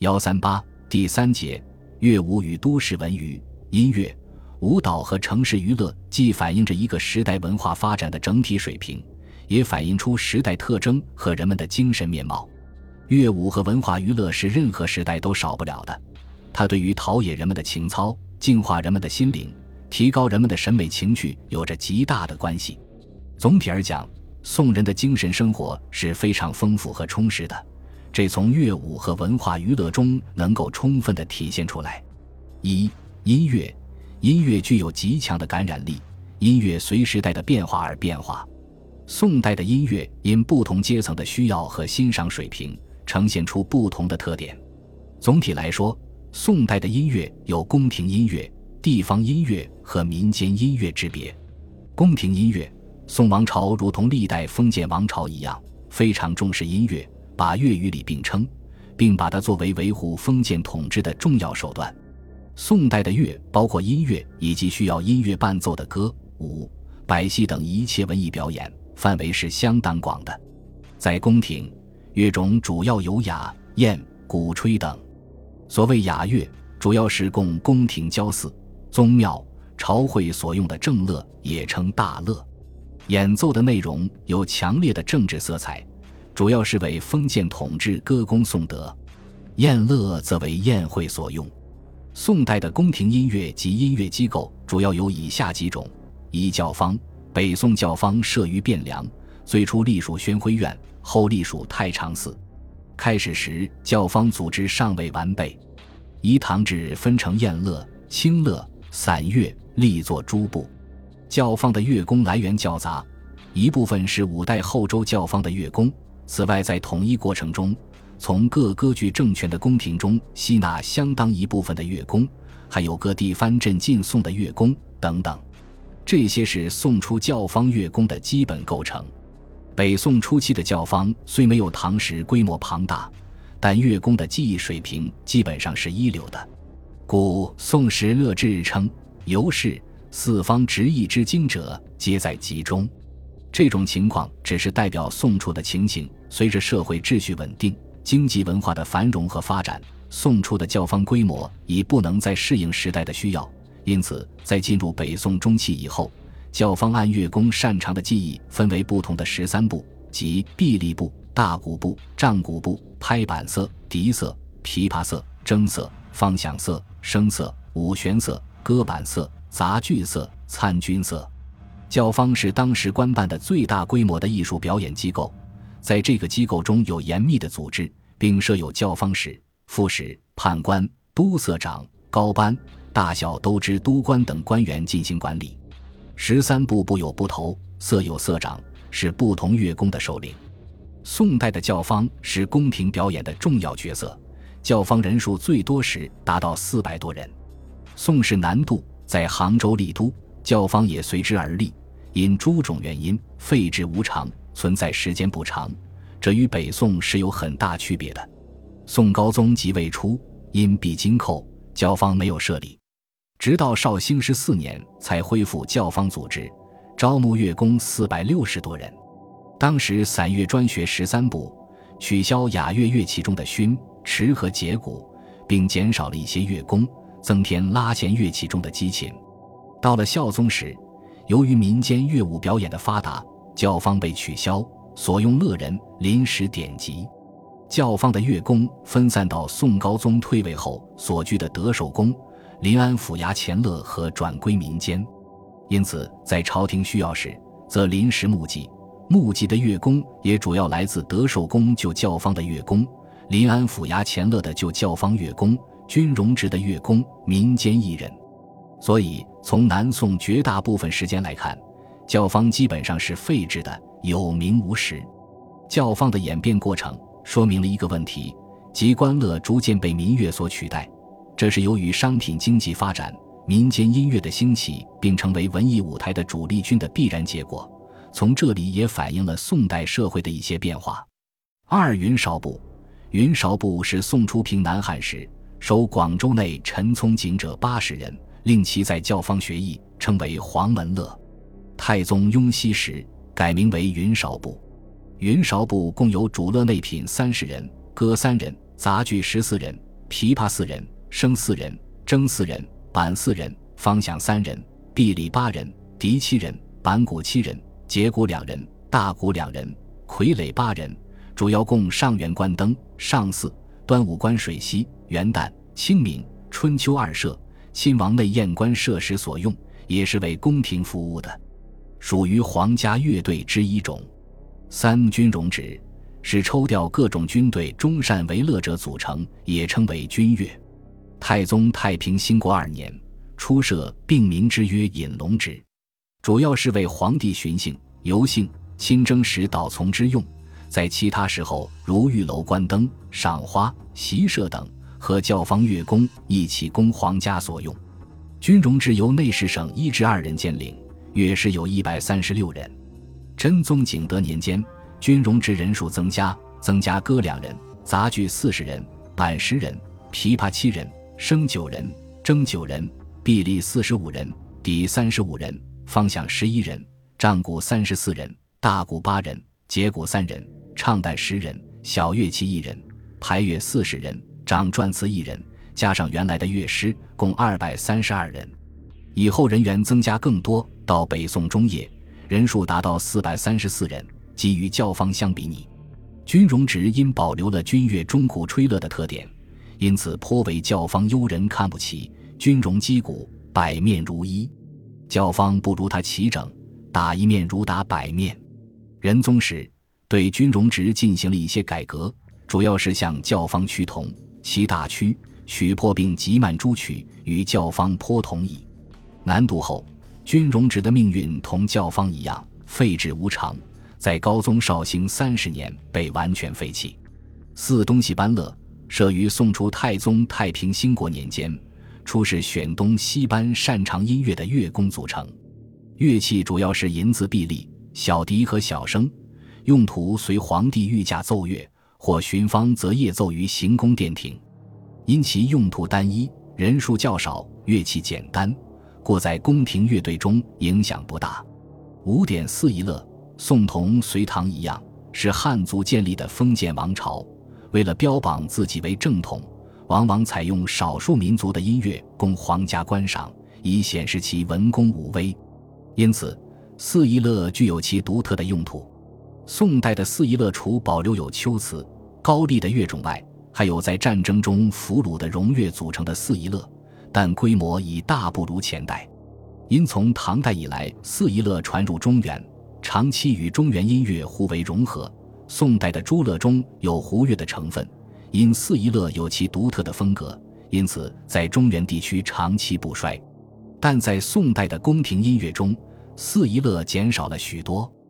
138第3节，乐舞与都市文娱。音乐、舞蹈和城市娱乐既反映着一个时代文化发展的整体水平，也反映出时代特征和人们的精神面貌。乐舞和文化娱乐是任何时代都少不了的，它对于陶冶人们的情操、净化人们的心灵、提高人们的审美情趣有着极大的关系。总体而讲，宋人的精神生活是非常丰富和充实的，这从乐舞和文化娱乐中能够充分地体现出来。音乐。音乐具有极强的感染力，音乐随时代的变化而变化。宋代的音乐因不同阶层的需要和欣赏水平，呈现出不同的特点。总体来说，宋代的音乐有宫廷音乐、地方音乐和民间音乐之别。宫廷音乐，宋王朝如同历代封建王朝一样，非常重视音乐，把乐与礼并称，并把它作为维护封建统治的重要手段。宋代的乐包括音乐以及需要音乐伴奏的歌、舞、百戏等一切文艺表演，范围是相当广的。在宫廷，乐种主要有雅、宴、鼓吹等。所谓雅乐，主要是供宫廷郊祀、宗庙、朝会所用的正乐，也称大乐。演奏的内容有强烈的政治色彩，主要是为封建统治歌功颂德。宴乐则为宴会所用。宋代的宫廷音乐及音乐机构主要有以下几种：一、教坊。北宋教坊设于汴梁，最初隶属宣徽院，后隶属太常寺。开始时教坊组织尚未完备。一、唐制分成宴乐、清乐、散乐，立作诸部。教坊的乐工来源较杂，一部分是5代后周教坊的乐工，此外在统一过程中从各割据政权的宫廷中吸纳相当一部分的乐工，还有各地藩镇进贡的乐工等等，这些是宋初教坊乐工的基本构成。北宋初期的教坊虽没有唐时规模庞大，但乐工的技艺水平基本上是一流的，故宋时乐制称尤氏四方直艺之精者皆在其中。这种情况只是代表宋初的情形，随着社会秩序稳定，经济文化的繁荣和发展，宋初的教坊规模已不能再适应时代的需要，因此在进入北宋中期以后，教坊按乐工擅长的技艺分为不同的13部，即臂力部、大鼓部、杖鼓部、拍板色、笛色、琵琶色、筝色、方响色、声色、五弦色、歌板色、杂剧色、参军色。教坊是当时官办的最大规模的艺术表演机构，在这个机构中有严密的组织，并设有教坊使、副使、判官、都色长、高班、大小都知都官等官员进行管理。13部部有部头，色有色长，是不同乐工的首领。宋代的教坊是宫廷表演的重要角色，教坊人数最多时达到400多人。宋氏南渡，在杭州立都，教坊也随之而立，因诸种原因废置无常，存在时间不长，这与北宋是有很大区别的。宋高宗即位初，因避京寇，教坊没有设立，直到绍兴14年才恢复教坊组织，招募乐工460多人。当时散乐专学13部，取消雅乐乐器中的埙、持和节鼓，并减少了一些乐工，增添拉弦乐器中的击琴。到了孝宗时，由于民间乐舞表演的发达，教坊被取消，所用乐人临时典籍。教坊的乐工分散到宋高宗退位后所居的德寿宫、临安府衙前乐和转归民间，因此在朝廷需要时则临时募集的乐工也主要来自德寿宫旧教坊的乐工、临安府衙前乐的旧教坊乐工、军容职的乐工、民间艺人。所以从南宋绝大部分时间来看，教坊基本上是废置的，有名无实。教坊的演变过程说明了一个问题，即官乐逐渐被民乐所取代，这是由于商品经济发展、民间音乐的兴起并成为文艺舞台的主力军的必然结果，从这里也反映了宋代社会的一些变化。2、云韶部。云韶部是宋初平南汉时守广州内陈聪景者80人，令其在教坊学艺，称为黄门乐。太宗雍熙时改名为云韶部。云韶部共有主乐内品30人，歌3人，杂剧14人， 琵琶4人，笙4人，筝4人，板4人，方响3人，筚里8人，笛7人，板鼓7人，节鼓2人，大鼓2人，傀儡8人，主要供上元关灯、上巳、端午关水席、元旦、清明、春秋2社、亲王内宴官设时所用，也是为宫廷服务的，属于皇家乐队之一种。3军容指是抽调各种军队忠善为乐者组成，也称为军乐。太宗太平兴国2年初设并名之曰引龙指，主要是为皇帝巡幸、游幸、亲征时导从之用，在其他时候如御楼观灯、赏花、习射等和教坊乐工一起供皇家所用。军容制由内侍省1至2人兼领，乐师有136人。真宗景德年间，军容制人数增加歌2人，杂剧40人，板10人，琵琶7人，笙9人，筝9人，筚里45人，笛35人，方响11人，仗鼓34人，大鼓8人，节鼓3人，唱旦10人，小乐器1人，排乐40人，掌转词1人，加上原来的乐师，共232人。以后人员增加更多，到北宋中叶，人数达到434人，即与教坊相比拟。军容指因保留了军乐钟鼓吹乐的特点，因此颇为教坊优人看不起。军容击鼓，百面如一，教坊不如他齐整，打一面如打百面。仁宗时对军容指进行了一些改革，主要是向教坊趋同，其大曲、曲破并极慢诸曲与教坊颇同矣。南渡后，军容指的命运同教坊一样，废止无常，在高宗绍兴30年被完全废弃。4东戏班乐设于宋初太宗太平兴国年间，初是选东西班擅长音乐的乐工组成，乐器主要是银子、筚立、小笛和小笙，用途随皇帝御驾奏乐，或巡方则夜奏于行宫殿庭。因其用途单一，人数较少，乐器简单，故在宫廷乐队中影响不大。5点4夷乐，宋同隋唐一样，是汉族建立的封建王朝，为了标榜自己为正统，往往采用少数民族的音乐供皇家观赏，以显示其文功武威。因此4夷乐具有其独特的用途。宋代的4夷乐除保留有秋词、高丽的乐种外，还有在战争中俘虏的戎乐组成的4夷乐，但规模已大不如前代。因从唐代以来4夷乐传入中原，长期与中原音乐互为融合。宋代的诸乐中有胡乐的成分，因4夷乐有其独特的风格，因此在中原地区长期不衰。但在宋代的宫廷音乐中，4夷乐减少了许多。